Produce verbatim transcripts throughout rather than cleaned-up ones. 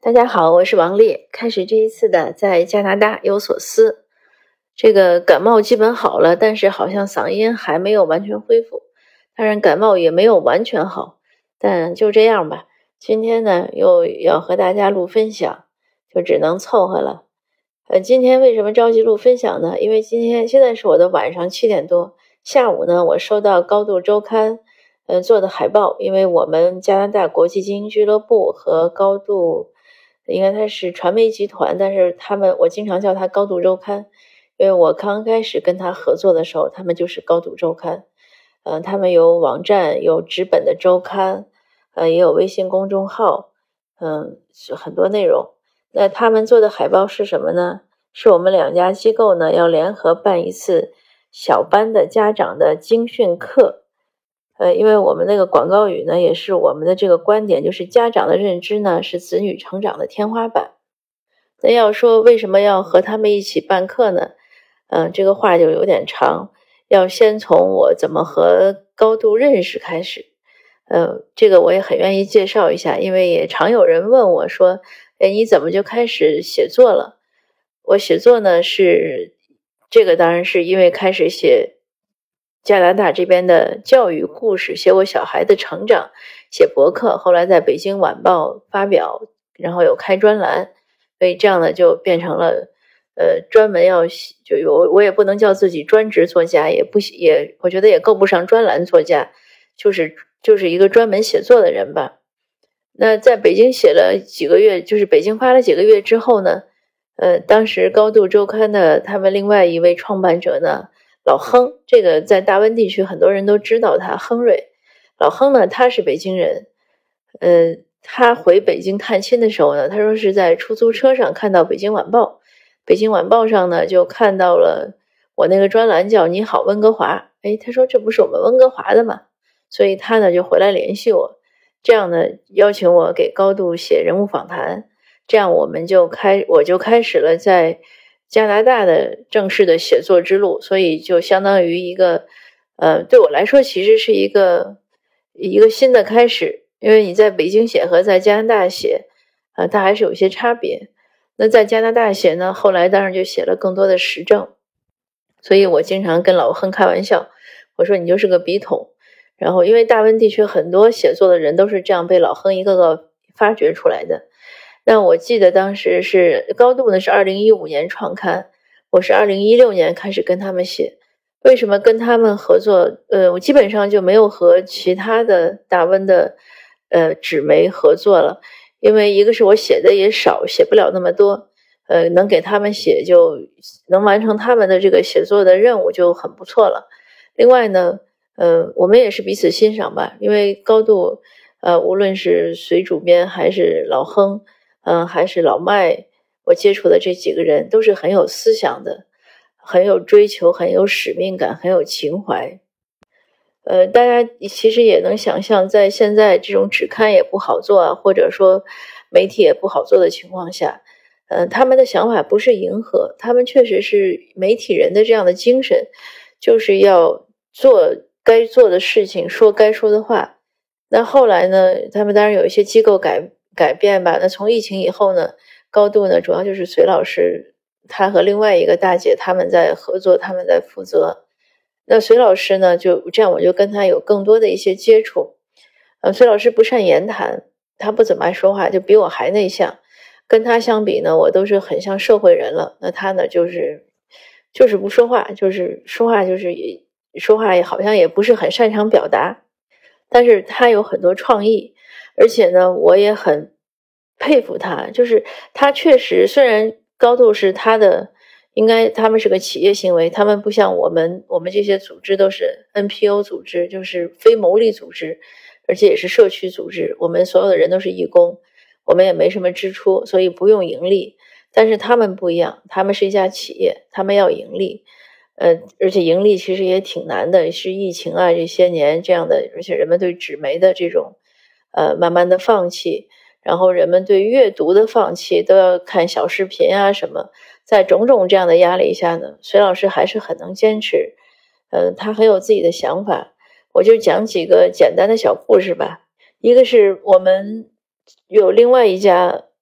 大家好，我是王丽。开始这一次的在加拿大有所思。这个感冒基本好了，但是好像嗓音还没有完全恢复。当然感冒也没有完全好，但就这样吧。今天呢又要和大家录分享，就只能凑合了。呃，今天为什么着急录分享呢？因为今天现在是我的晚上七点多，下午呢我收到高度周刊呃做的海报，因为我们加拿大国际精英俱乐部和高度应该它是传媒集团，但是他们我经常叫它高度周刊，因为我刚开始跟他合作的时候，他们就是高度周刊。呃，他们有网站，有纸本的周刊，呃，也有微信公众号，嗯，很多内容。那他们做的海报是什么呢？是我们两家机构呢要联合办一次小班的家长的精训课。呃，因为我们那个广告语呢，也是我们的这个观点，就是家长的认知呢是子女成长的天花板。那要说为什么要和他们一起办课呢？嗯、呃，这个话就有点长，要先从我怎么和高度认识开始。呃，这个我也很愿意介绍一下，因为也常有人问我说，哎，你怎么就开始写作了？我写作呢是这个，当然是因为开始写加拿大这边的教育故事，写我小孩的成长，写博客，后来在北京晚报发表，然后有开专栏，所以这样呢就变成了呃专门要就有我也不能叫自己专职作家，也不也我觉得也够不上专栏作家，就是就是一个专门写作的人吧。那在北京写了几个月，就是北京发了几个月之后呢，呃，当时高度周刊的他们另外一位创办者呢，老亨，这个在大温地区很多人都知道他，亨瑞。老亨呢，他是北京人，呃，他回北京探亲的时候呢，他说是在出租车上看到北京晚报，北京晚报上呢就看到了我那个专栏叫你好温哥华，哎，他说这不是我们温哥华的吗？所以他呢就回来联系我，这样呢邀请我给高度写人物访谈，这样我们就开我就开始了在加拿大的正式的写作之路，所以就相当于一个呃对我来说其实是一个一个新的开始，因为你在北京写和在加拿大写呃它还是有一些差别。那在加拿大写呢，后来当然就写了更多的时政，所以我经常跟老亨开玩笑，我说你就是个笔筒。然后因为大温地区很多写作的人都是这样被老亨一个个发掘出来的。那我记得当时是高度呢是二零一五年创刊，我是二零一六年开始跟他们写。为什么跟他们合作？呃，我基本上就没有和其他的大温的呃纸媒合作了，因为一个是我写的也少，写不了那么多，呃，能给他们写就能完成他们的这个写作的任务就很不错了。另外呢，呃，我们也是彼此欣赏吧，因为高度，呃，无论是随主编还是老亨，嗯、呃，还是老麦，我接触的这几个人都是很有思想的，很有追求，很有使命感，很有情怀。呃，大家其实也能想象，在现在这种纸刊也不好做啊，或者说媒体也不好做的情况下，呃，他们的想法不是迎合，他们确实是媒体人的这样的精神，就是要做该做的事情，说该说的话。那后来呢，他们当然有一些机构改改变吧。那从疫情以后呢，高度呢主要就是隋老师他和另外一个大姐他们在合作，他们在负责。那隋老师呢就这样，我就跟他有更多的一些接触。呃，隋老师不善言谈，他不怎么爱说话，就比我还内向。跟他相比呢，我都是很像社会人了。那他呢就是就是不说话，就是说话就是也说话也好像也不是很擅长表达，但是他有很多创意，而且呢我也很佩服他，就是他确实虽然高度是他的，应该他们是个企业行为，他们不像我们我们这些组织都是 N P O 组织，就是非牟利组织，而且也是社区组织，我们所有的人都是义工，我们也没什么支出，所以不用盈利。但是他们不一样，他们是一家企业，他们要盈利，呃，而且盈利其实也挺难的，是疫情啊这些年这样的，而且人们对纸媒的这种呃慢慢的放弃，然后人们对阅读的放弃，都要看小视频啊什么，在种种这样的压力下呢，隋老师还是很能坚持，呃，他很有自己的想法。我就讲几个简单的小故事吧。一个是我们有另外一家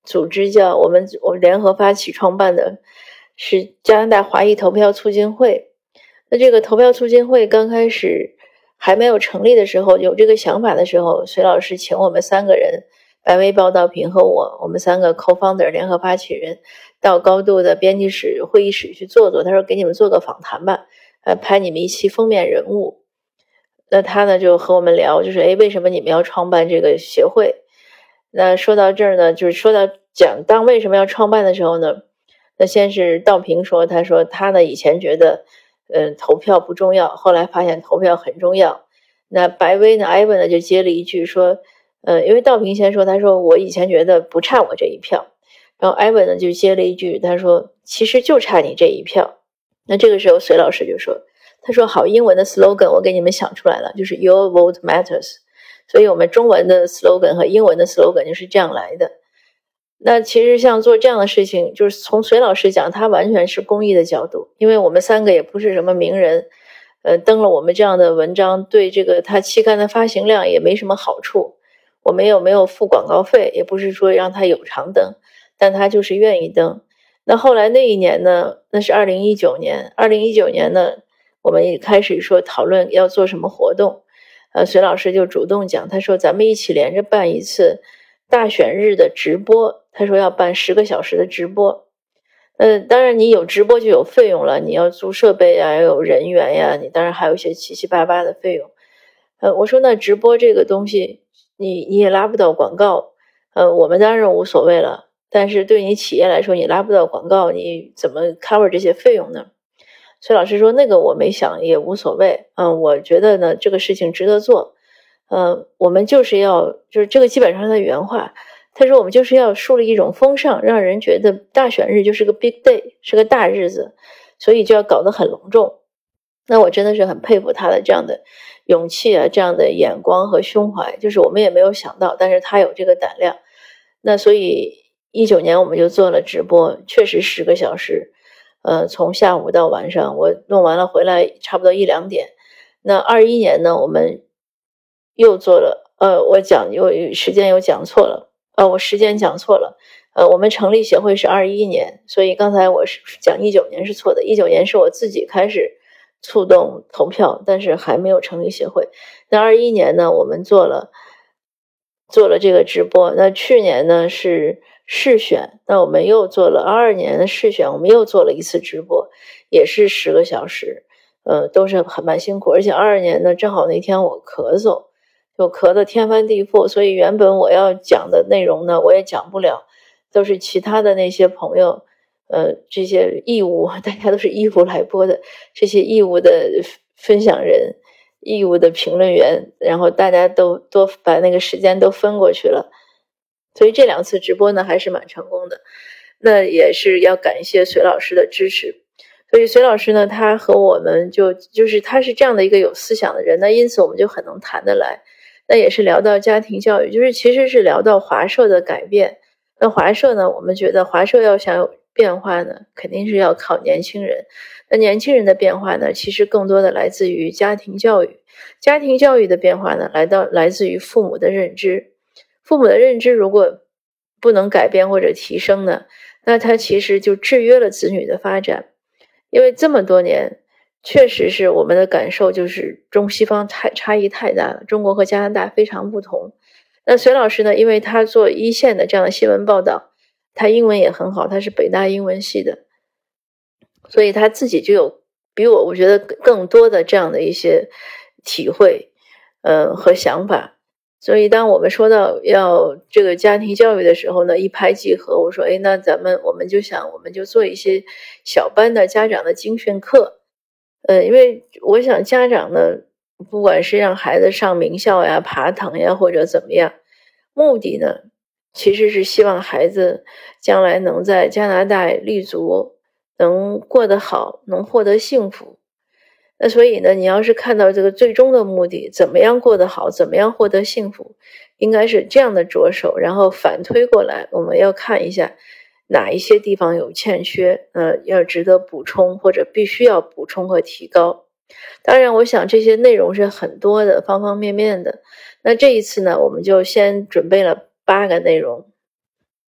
组织叫我们我们联合发起创办的是加拿大华裔投票促进会。那这个投票促进会刚开始还没有成立的时候，有这个想法的时候，隋老师请我们三个人，白薇、鲍道平和我，我们三个 co-founder 联合发起人，到高度的编辑室会议室去坐坐。他说给你们做个访谈吧，呃，拍你们一期封面人物。那他呢就和我们聊，就是诶为什么你们要创办这个协会？那说到这儿呢，就是说到讲当为什么要创办的时候呢，那先是道平说，他说他呢以前觉得嗯，投票不重要，后来发现投票很重要。那白薇呢 Ivan 呢就接了一句说，呃，因为道平先说，他说我以前觉得不差我这一票，然后 Ivan 呢就接了一句，他说其实就差你这一票。那这个时候隋老师就说，他说好，英文的 slogan 我给你们想出来了，就是 Your vote matters。所以我们中文的 slogan 和英文的 slogan 就是这样来的。那其实像做这样的事情，就是从隋老师讲，他完全是公益的角度，因为我们三个也不是什么名人，呃，登了我们这样的文章，对这个他期刊的发行量也没什么好处。我们又没有付广告费，也不是说让他有偿登，但他就是愿意登。那后来那一年呢，那是二零一九年，二零一九年呢，我们也开始说讨论要做什么活动。呃，隋老师就主动讲，他说咱们一起连着办一次大选日的直播，他说要办十个小时的直播。呃，当然你有直播就有费用了，你要租设备啊，要有人员呀，你当然还有一些七七八八的费用。呃，我说那直播这个东西，你你也拉不到广告，呃，我们当然无所谓了，但是对你企业来说，你拉不到广告，你怎么 cover 这些费用呢？崔老师说那个我没想也无所谓，嗯，我觉得呢这个事情值得做，呃，我们就是要就是这个基本上是他的原话，他说我们就是要树立一种风尚，让人觉得大选日就是个 big day， 是个大日子，所以就要搞得很隆重。那我真的是很佩服他的这样的勇气啊，这样的眼光和胸怀，就是我们也没有想到，但是他有这个胆量。那所以一九年我们就做了直播，确实十个小时。呃，从下午到晚上，我弄完了回来差不多一两点。那二一年呢，我们又做了，呃，我讲有时间有讲错了，呃，我时间讲错了，呃，我们成立协会是二一年，所以刚才我是讲一九年是错的，一九年是我自己开始触动投票，但是还没有成立协会。那二一年呢，我们做了做了这个直播。那去年呢是试选，那我们又做了二二年的试选，我们又做了一次直播，也是十个小时，呃，都是很蛮辛苦。而且二二年呢，正好那天我咳嗽，就咳得天翻地覆，所以原本我要讲的内容呢，我也讲不了，都是其他的那些朋友，呃，这些义务，大家都是义务来播的，这些义务的分享人。义务的评论员，然后大家都都把那个时间都分过去了，所以这两次直播呢还是蛮成功的。那也是要感谢隋老师的支持，所以隋老师呢，他和我们就就是他是这样的一个有思想的人，那因此我们就很能谈得来。那也是聊到家庭教育，就是其实是聊到华社的改变。那华社呢，我们觉得华社要想有变化呢，肯定是要靠年轻人。那年轻人的变化呢，其实更多的来自于家庭教育。家庭教育的变化呢，来到来自于父母的认知。父母的认知如果不能改变或者提升呢，那它其实就制约了子女的发展。因为这么多年，确实是我们的感受就是中西方太差异太大了，中国和加拿大非常不同。那隋老师呢，因为他做一线的这样的新闻报道，他英文也很好，他是北大英文系的，所以他自己就有比我我觉得更多的这样的一些体会呃和想法。所以当我们说到要这个家庭教育的时候呢，一拍即合，我说诶那咱们我们就想我们就做一些小班的家长的精选课。呃因为我想家长呢，不管是让孩子上名校呀、爬藤呀或者怎么样，目的呢其实是希望孩子将来能在加拿大立足，能过得好，能获得幸福。那所以呢，你要是看到这个最终的目的，怎么样过得好，怎么样获得幸福，应该是这样的着手，然后反推过来，我们要看一下哪一些地方有欠缺，呃，要值得补充或者必须要补充和提高。当然我想这些内容是很多的，方方面面的。那这一次呢，我们就先准备了八个内容。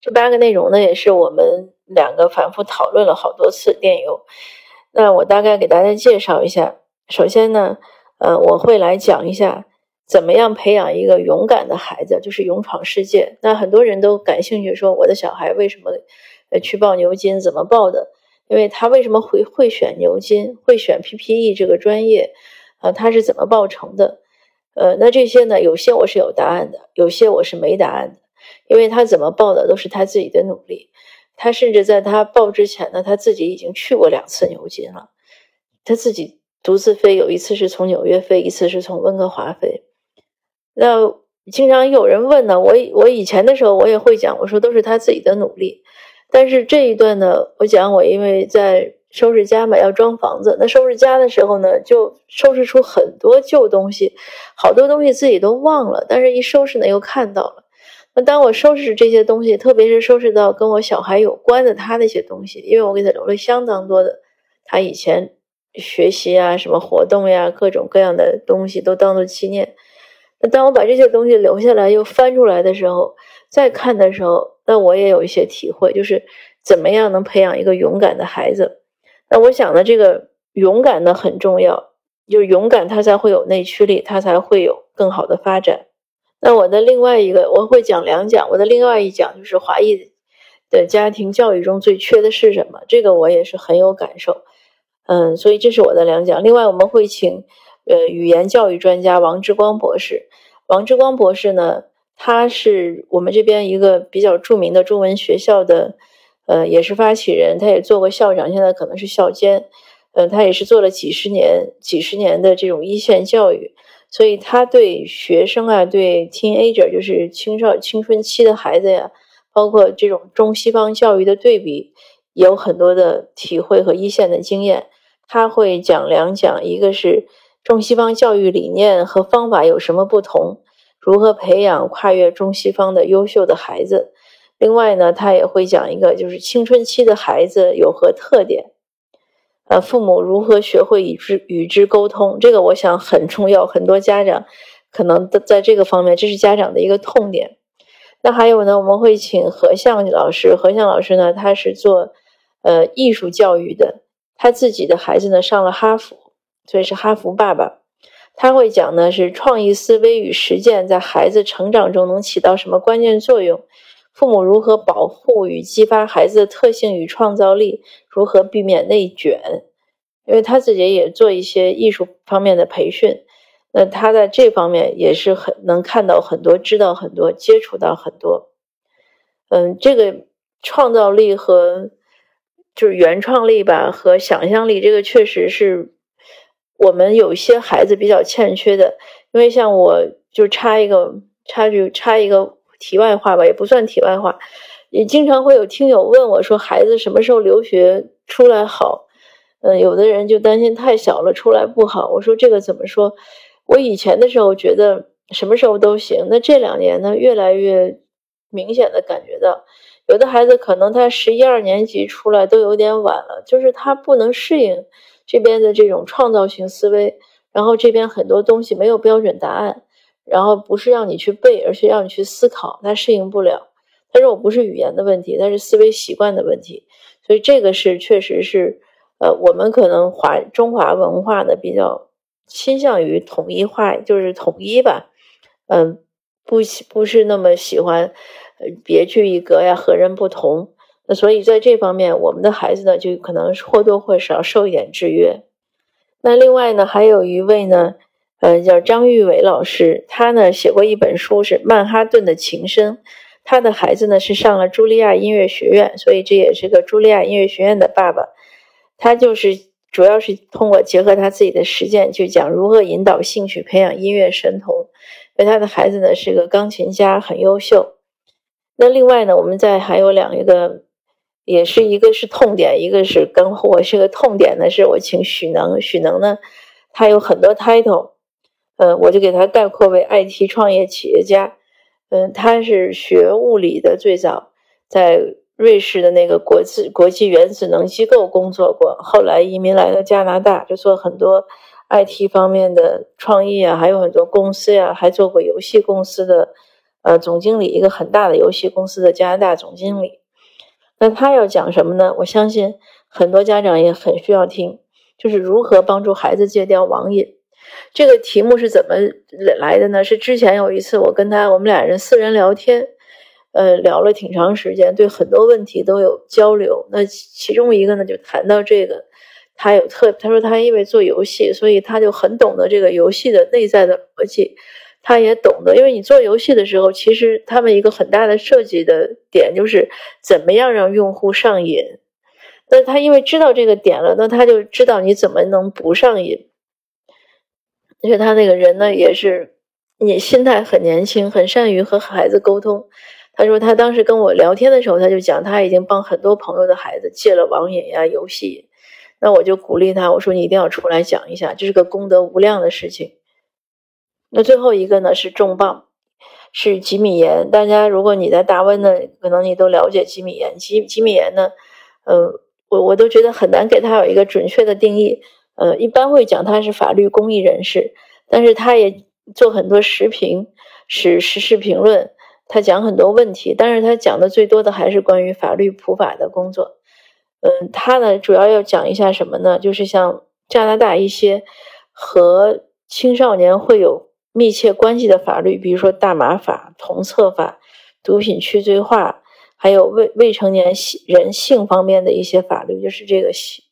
这八个内容呢，也是我们两个反复讨论了好多次电邮。那我大概给大家介绍一下。首先呢，呃，我会来讲一下怎么样培养一个勇敢的孩子，就是勇闯世界。那很多人都感兴趣，说我的小孩为什么呃去报牛津，怎么报的？因为他为什么会会选牛津，会选 P P E 这个专业，呃，他是怎么报成的？呃，那这些呢，有些我是有答案的，有些我是没答案的，因为他怎么报的都是他自己的努力。他甚至在他报之前呢，他自己已经去过两次牛津了，他自己独自飞，有一次是从纽约飞，一次是从温哥华飞。那经常有人问呢，我我以前的时候我也会讲，我说都是他自己的努力。但是这一段呢，我讲我因为在收拾家嘛，要装房子，那收拾家的时候呢，就收拾出很多旧东西，好多东西自己都忘了，但是一收拾呢又看到了。那当我收拾这些东西，特别是收拾到跟我小孩有关的他那些东西，因为我给他留了相当多的他以前学习啊、什么活动呀、各种各样的东西都当做纪念。那当我把这些东西留下来又翻出来的时候，再看的时候，那我也有一些体会，就是怎么样能培养一个勇敢的孩子。那我想呢，这个勇敢呢很重要，就是勇敢他才会有内驱力，他才会有更好的发展。那我的另外一个，我会讲两讲，我的另外一讲就是华裔的家庭教育中最缺的是什么，这个我也是很有感受。嗯，所以这是我的两讲。另外我们会请呃语言教育专家王之光博士。王之光博士呢，他是我们这边一个比较著名的中文学校的呃也是发起人，他也做过校长，现在可能是校监。呃他也是做了几十年几十年的这种一线教育，所以他对学生啊，对 teenager 就是青少青春期的孩子呀，包括这种中西方教育的对比，有很多的体会和一线的经验。他会讲两讲，一个是中西方教育理念和方法有什么不同，如何培养跨越中西方的优秀的孩子。另外呢，他也会讲一个就是青春期的孩子有何特点，呃，父母如何学会与之与之沟通，这个我想很重要，很多家长可能在这个方面，这是家长的一个痛点。那还有呢，我们会请何向老师，何向老师呢，他是做呃艺术教育的，他自己的孩子呢上了哈佛，所以是哈佛爸爸。他会讲呢是创意思维与实践在孩子成长中能起到什么关键作用，父母如何保护与激发孩子的特性与创造力，如何避免内卷。因为他自己也做一些艺术方面的培训，那他在这方面也是很能看到很多，知道很多，接触到很多。嗯，这个创造力和就是原创力吧，和想象力，这个确实是我们有一些孩子比较欠缺的。因为像我就插一个插句插一个题外话吧，也不算题外话，也经常会有听友问我说，孩子什么时候留学出来好？嗯，有的人就担心太小了出来不好。我说这个怎么说？我以前的时候觉得什么时候都行，那这两年呢，越来越明显的感觉到，有的孩子可能他十一二年级出来都有点晚了，就是他不能适应这边的这种创造性思维，然后这边很多东西没有标准答案，然后不是让你去背，而是让你去思考，他适应不了。但是我不是语言的问题，它是思维习惯的问题，所以这个是确实是呃，我们可能华中华文化呢比较倾向于统一化，就是统一吧，嗯、呃，不不是那么喜欢呃别具一格呀，和人不同。那所以在这方面，我们的孩子呢就可能或多或少受一点制约。那另外呢，还有一位呢，呃，叫张玉伟老师，他呢写过一本书是《曼哈顿的琴声》，他的孩子呢是上了茱莉亚音乐学院，所以这也是个茱莉亚音乐学院的爸爸。他就是主要是通过结合他自己的实践去讲如何引导兴趣，培养音乐神童。因为他的孩子呢是个钢琴家，很优秀。那另外呢，我们再还有两个，也是一个是痛点，一个是干货。是个痛点呢，是我请许能，许能呢他有很多 title， 呃，我就给他概括为 I T 创业企业家。嗯，他是学物理的，最早在瑞士的那个国际国际原子能机构工作过，后来移民来了加拿大，就做很多 I T 方面的创意啊，还有很多公司呀、啊，还做过游戏公司的呃总经理，一个很大的游戏公司的加拿大总经理。那他要讲什么呢？我相信很多家长也很需要听，就是如何帮助孩子戒掉网瘾。这个题目是怎么来的呢？是之前有一次我跟他，我们俩人私人聊天，呃，聊了挺长时间，对很多问题都有交流。那其中一个呢，就谈到这个，他有特，他说他因为做游戏，所以他就很懂得这个游戏的内在的逻辑。他也懂得，因为你做游戏的时候，其实他们一个很大的设计的点就是怎么样让用户上瘾。那他因为知道这个点了，那他就知道你怎么能不上瘾。而且他那个人呢，也是你心态很年轻，很善于和孩子沟通。他说他当时跟我聊天的时候，他就讲他已经帮很多朋友的孩子戒了网瘾呀、游戏瘾。那我就鼓励他，我说你一定要出来讲一下，这是个功德无量的事情。那最后一个呢是重磅，是吉米盐。大家如果你在大温呢，可能你都了解吉米盐。吉吉米盐呢，呃，我我都觉得很难给他有一个准确的定义。呃，一般会讲他是法律公益人士，但是他也做很多时评，是时事评论，他讲很多问题，但是他讲的最多的还是关于法律普法的工作。嗯，他呢主要要讲一下什么呢？就是像加拿大一些和青少年会有密切关系的法律，比如说大麻法、同策法、毒品去罪化，还有未未成年人性方面的一些法律，就是这个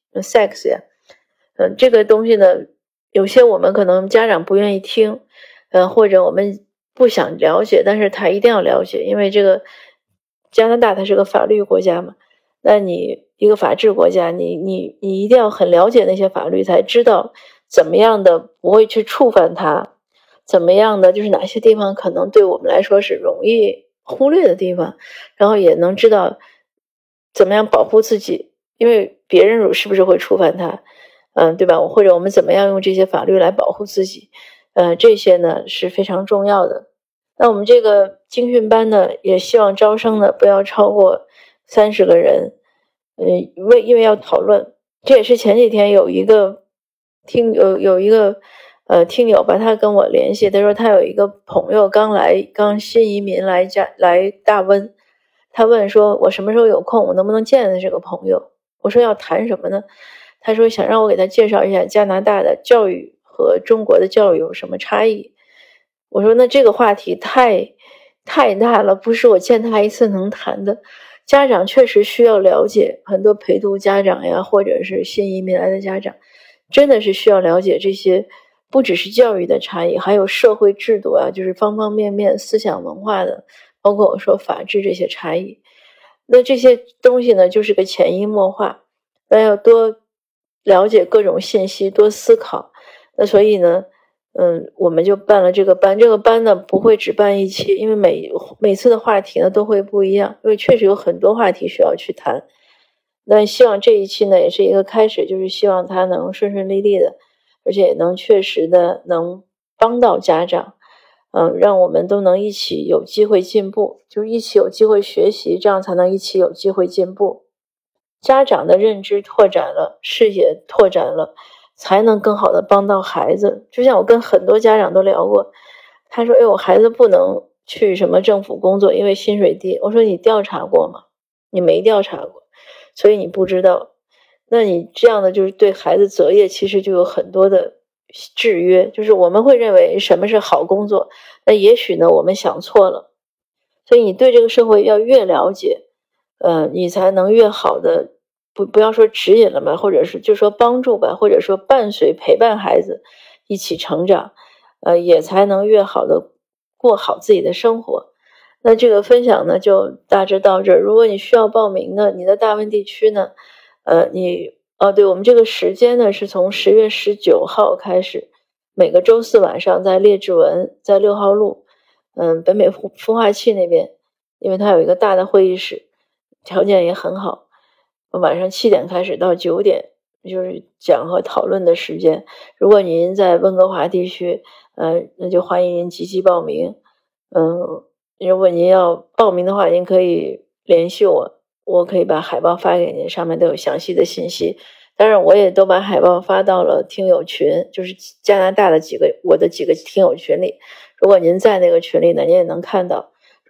sex 呀。嗯，这个东西呢，有些我们可能家长不愿意听，呃，或者我们不想了解，但是他一定要了解，因为这个加拿大它是个法律国家嘛，那你一个法治国家，你你你一定要很了解那些法律，才知道怎么样的不会去触犯它，怎么样的就是哪些地方可能对我们来说是容易忽略的地方，然后也能知道怎么样保护自己，因为别人是不是会触犯它。嗯，对吧？或者我们怎么样用这些法律来保护自己？呃，这些呢是非常重要的。那我们这个精训班呢，也希望招生呢不要超过三十个人。嗯，为因为要讨论，这也是前几天有一个听有有一个呃听友吧，他跟我联系，他说他有一个朋友刚来，刚新移民来家来大温，他问说我什么时候有空，我能不能见这个朋友？我说要谈什么呢？他说想让我给他介绍一下加拿大的教育和中国的教育有什么差异。我说那这个话题太太大了，不是我见他一次能谈的。家长确实需要了解，很多陪读家长呀，或者是新移民来的家长，真的是需要了解这些，不只是教育的差异，还有社会制度啊，就是方方面面思想文化的，包括我说法治这些差异。那这些东西呢，就是个潜移默化，那要多了解各种信息，多思考。那所以呢，嗯，我们就办了这个班。这个班呢不会只办一期，因为每每次的话题呢都会不一样，因为确实有很多话题需要去谈。那希望这一期呢也是一个开始，就是希望它能顺顺利利的，而且也能确实的能帮到家长，嗯，让我们都能一起有机会进步，就是一起有机会学习，这样才能一起有机会进步。家长的认知拓展了，视野拓展了，才能更好的帮到孩子。就像我跟很多家长都聊过，他说哎，我孩子不能去什么政府工作，因为薪水低。我说你调查过吗？你没调查过，所以你不知道。那你这样的就是对孩子择业其实就有很多的制约，就是我们会认为什么是好工作，那也许呢我们想错了。所以你对这个社会要越了解，呃，你才能越好的，不不要说指引了吧，或者是就说帮助吧，或者说伴随陪伴孩子一起成长，呃，也才能越好的过好自己的生活。那这个分享呢就大致到这儿。如果你需要报名呢，你的大温地区呢，呃，你哦，对，我们这个时间呢是从十月十九号开始，每个周四晚上在列治文，在六号路，嗯，北美孵孵化器那边，因为它有一个大的会议室，条件也很好。晚上七点开始到九点，就是讲和讨论的时间。如果您在温哥华地区，呃，那就欢迎您积极报名。嗯，如果您要报名的话，您可以联系我，我可以把海报发给您，上面都有详细的信息。当然，我也都把海报发到了听友群，就是加拿大的几个我的几个听友群里。如果您在那个群里呢，您也能看到。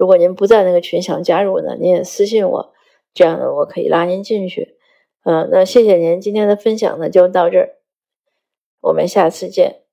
如果您不在那个群想加入呢，您也私信我，这样呢我可以拉您进去。嗯、呃，那谢谢您今天的分享呢，就到这儿，我们下次见。